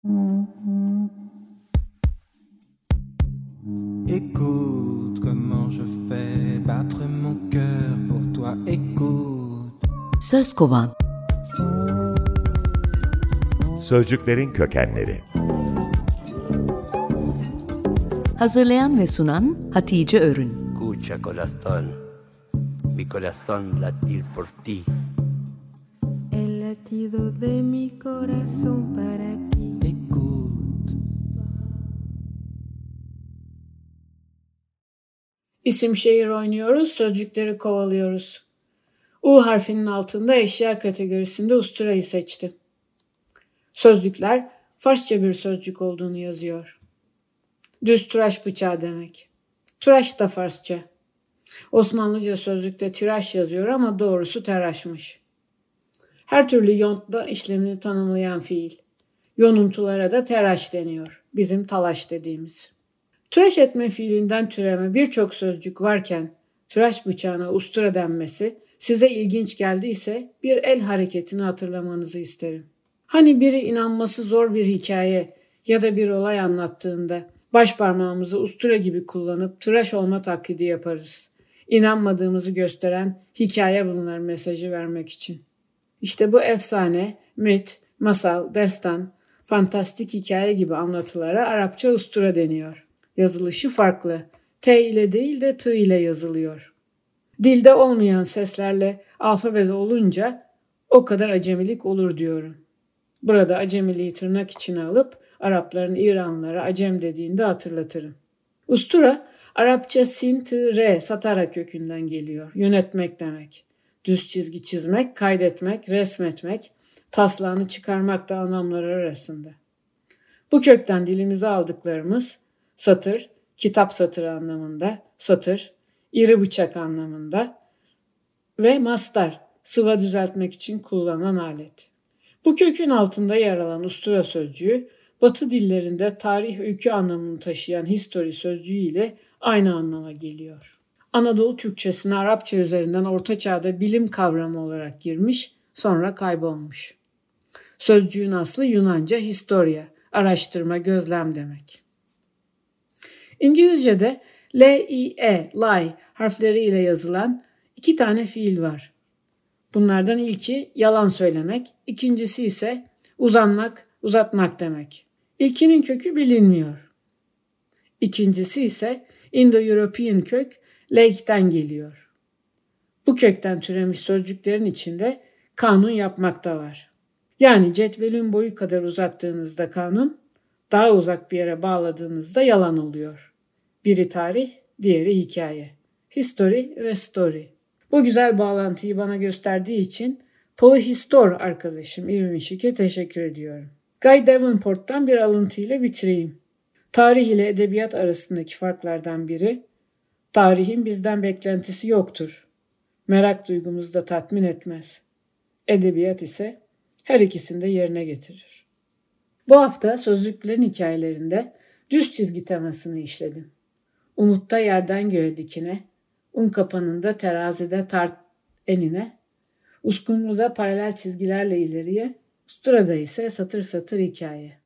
Écoute comment je fais battre mon cœur pour toi, écoute. Söz kovan. Sözcüklerin kökenleri. Hazırlayan ve sunan Hatice Örün. Escucha corazón, mi corazón latir por ti. El latido de mi corazón para ti. Écoute. İsim şehir oynuyoruz, sözcükleri kovalıyoruz. U harfinin altında eşya kategorisinde usturayı seçtim. Sözlükler Farsça bir sözcük olduğunu yazıyor. Düz tıraş bıçağı demek. Tıraş da Farsça. Osmanlıca sözlükte tıraş yazıyor ama doğrusu teraşmış. Her türlü yontma işlemini tanımlayan fiil. Yonuntulara da teraş deniyor. Bizim talaş dediğimiz. Tıraş etme fiilinden türeme birçok sözcük varken tıraş bıçağına ustura denmesi size ilginç geldiyse bir el hareketini hatırlamanızı isterim. Hani biri inanması zor bir hikaye ya da bir olay anlattığında baş parmağımızı ustura gibi kullanıp tıraş olma taklidi yaparız. İnanmadığımızı gösteren hikaye bunlar mesajı vermek için. İşte bu efsane, mit, masal, destan, fantastik hikaye gibi anlatılara Arapça ustura deniyor. Yazılışı farklı. T ile değil de T ile yazılıyor. Dilde olmayan seslerle alfabede olunca o kadar acemilik olur diyorum. Burada acemiliği tırnak içine alıp Arapların İranlılara acem dediğinde hatırlatırım. Ustura, Arapça sin, tı, re, satara kökünden geliyor. Yönetmek demek. Düz çizgi çizmek, kaydetmek, resmetmek, taslağını çıkarmak da anlamları arasında. Bu kökten dilimize aldıklarımız satır, kitap satırı anlamında, satır, iri bıçak anlamında ve mastar, sıva düzeltmek için kullanılan alet. Bu kökün altında yer alan ustura sözcüğü, Batı dillerinde tarih öykü anlamını taşıyan history sözcüğü ile aynı anlama geliyor. Anadolu Türkçesine Arapça üzerinden Orta Çağ'da bilim kavramı olarak girmiş, sonra kaybolmuş. Sözcüğün aslı Yunanca historia, araştırma, gözlem demek. İngilizce'de L-I-E, lie harfleriyle yazılan 2 tane fiil var. Bunlardan ilki yalan söylemek, ikincisi ise uzanmak, uzatmak demek. İlkinin kökü bilinmiyor. İkincisi ise Indo-European kök lake'ten geliyor. Bu kökten türemiş sözcüklerin içinde kanun yapmak da var. Yani cetvelin boyu kadar uzattığınızda kanun, daha uzak bir yere bağladığınızda yalan oluyor. Biri tarih, diğeri hikaye. History ve story. Bu güzel bağlantıyı bana gösterdiği için Polyhistor arkadaşım İrvin Şik'e teşekkür ediyorum. Guy Davenport'tan bir alıntıyla bitireyim. Tarih ile edebiyat arasındaki farklardan biri, tarihin bizden beklentisi yoktur. Merak duygumuzu da tatmin etmez. Edebiyat ise her ikisini de yerine getirir. Bu hafta sözlüklerin hikayelerinde düz çizgi temasını işledim. Umutta yerden göğe dikine, un kapanında terazide tart enine, uskumruda paralel çizgilerle ileriye, usturada ise satır satır hikaye.